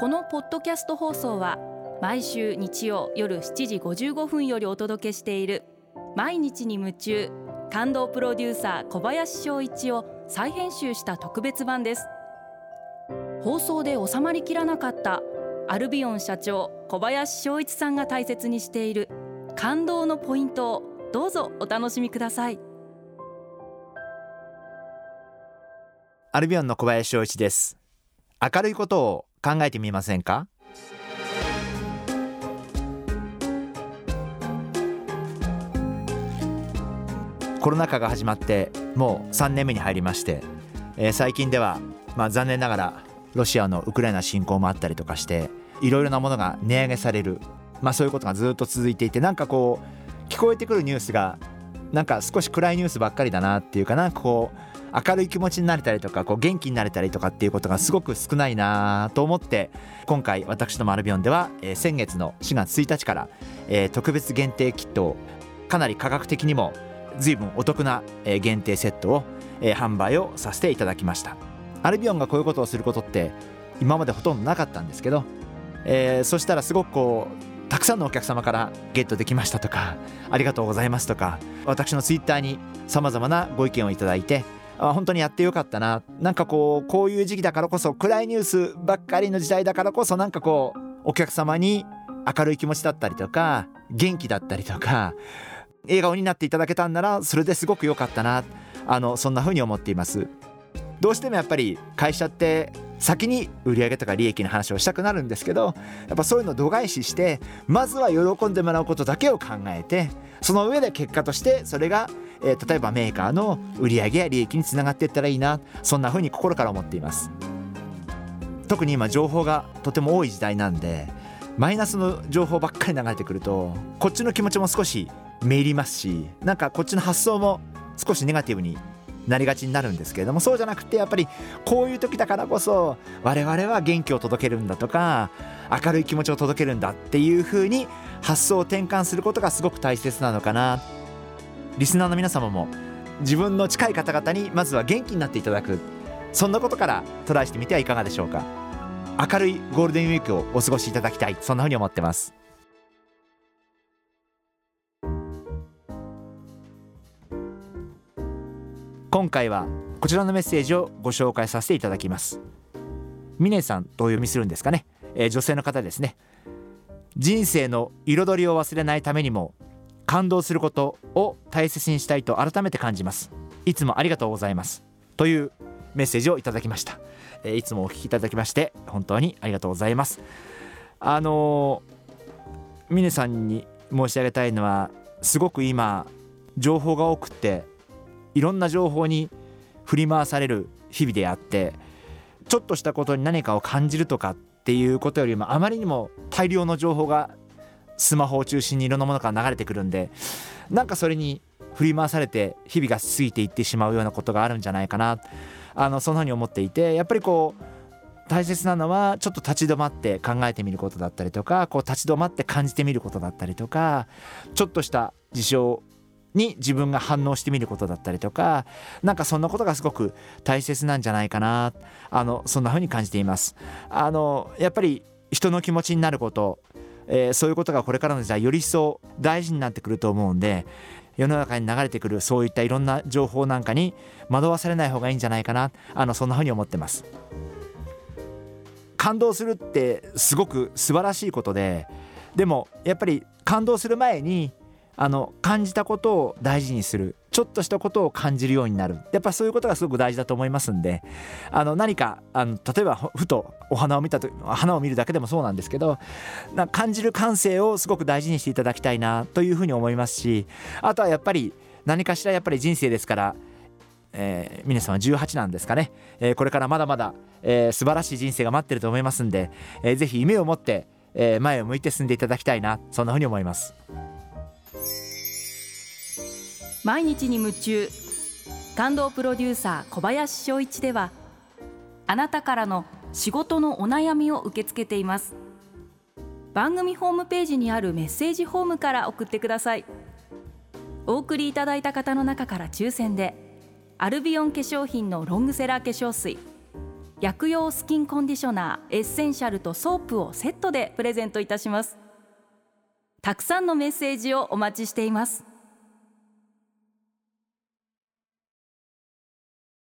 このポッドキャスト放送は毎週日曜夜7時55分よりお届けしている毎日に夢中感動プロデューサー小林翔一を再編集した特別版です。放送で収まりきらなかったアルビオン社長小林翔一さんが大切にしている感動のポイントをどうぞお楽しみください。 アルビオンの小林翔一です。明るいことを考えてみませんか？コロナ禍が始まってもう3年目に入りまして、最近では、残念ながらロシアのウクライナ侵攻もあったりとかしていろいろなものが値上げされる、そういうことがずっと続いていて、聞こえてくるニュースが少し暗いニュースばっかりだなっていうか明るい気持ちになれたりとか元気になれたりとかっていうことがすごく少ないなと思って、今回私どもアルビオンでは、先月の4月1日から、特別限定キットをかなり価格的にも随分お得な、限定セットを、販売をさせていただきました。アルビオンがこういうことをすることって今までほとんどなかったんですけど、そしたらすごくたくさんのお客様からゲットできましたとかありがとうございますとか、私のツイッターに様々なご意見をいただいて、本当にやってよかったな、こういう時期だからこそ、暗いニュースばっかりの時代だからこそ、お客様に明るい気持ちだったりとか元気だったりとか笑顔になっていただけたんならそれですごく良かったな、そんな風に思っています。どうしてもやっぱり会社って先に売上とか利益の話をしたくなるんですけど、やっぱそういうのを度外視してまずは喜んでもらうことだけを考えて、その上で結果としてそれが、例えばメーカーの売上や利益につながっていったらいいな、そんな風に心から思っています。特に今情報がとても多い時代なんで、マイナスの情報ばっかり流れてくるとこっちの気持ちも少しめいりますし、こっちの発想も少しネガティブになりがちになるんですけれども、そうじゃなくてやっぱりこういう時だからこそ我々は元気を届けるんだとか明るい気持ちを届けるんだっていう風に発想を転換することがすごく大切なのかな。リスナーの皆様も自分の近い方々にまずは元気になっていただく、そんなことからトライしてみてはいかがでしょうか。明るいゴールデンウィークをお過ごしいただきたい、そんな風に思ってます。今回はこちらのメッセージをご紹介させていただきます。ミネさんとお読みするんですかね、女性の方ですね。人生の彩りを忘れないためにも感動することを大切にしたいと改めて感じます。いつもありがとうございますというメッセージをいただきました。いつもお聞きいただきまして本当にありがとうございます。ミネさんに申し上げたいのは、すごく今情報が多くていろんな情報に振り回される日々であって、ちょっとしたことに何かを感じるとかっていうことよりもあまりにも大量の情報がスマホを中心にいろんなものから流れてくるんで、それに振り回されて日々が過ぎていってしまうようなことがあるんじゃないかな、そんなふうに思っていて、やっぱり大切なのはちょっと立ち止まって考えてみることだったりとか、立ち止まって感じてみることだったりとか、ちょっとした事象に自分が反応してみることだったりとか、そんなことがすごく大切なんじゃないかな、そんな風に感じています。やっぱり人の気持ちになること、そういうことがこれからの時代より一層大事になってくると思うんで、世の中に流れてくるそういったいろんな情報に惑わされない方がいいんじゃないかな、そんな風に思ってます。感動するってすごく素晴らしいことで、でもやっぱり感動する前に感じたことを大事にする、ちょっとしたことを感じるようになる、やっぱそういうことがすごく大事だと思いますんで、何か例えばふとお花を見たと花を見るだけでもそうなんですけど、感じる感性をすごく大事にしていただきたいなというふうに思いますし、あとはやっぱり何かしらやっぱり人生ですから、皆さんは18なんですかね、これからまだまだ、素晴らしい人生が待ってると思いますんで、ぜひ夢を持って、前を向いて進んでいただきたいな、そんなふうに思います。 毎日に夢中感動プロデューサー小林翔一では、あなたからの仕事のお悩みを受け付けています。番組ホームページにあるメッセージフォームから送ってください。お送りいただいた方の中から抽選でアルビオン化粧品のロングセラー化粧水薬用スキンコンディショナーエッセンシャルとソープをセットでプレゼントいたします。たくさんのメッセージをお待ちしています。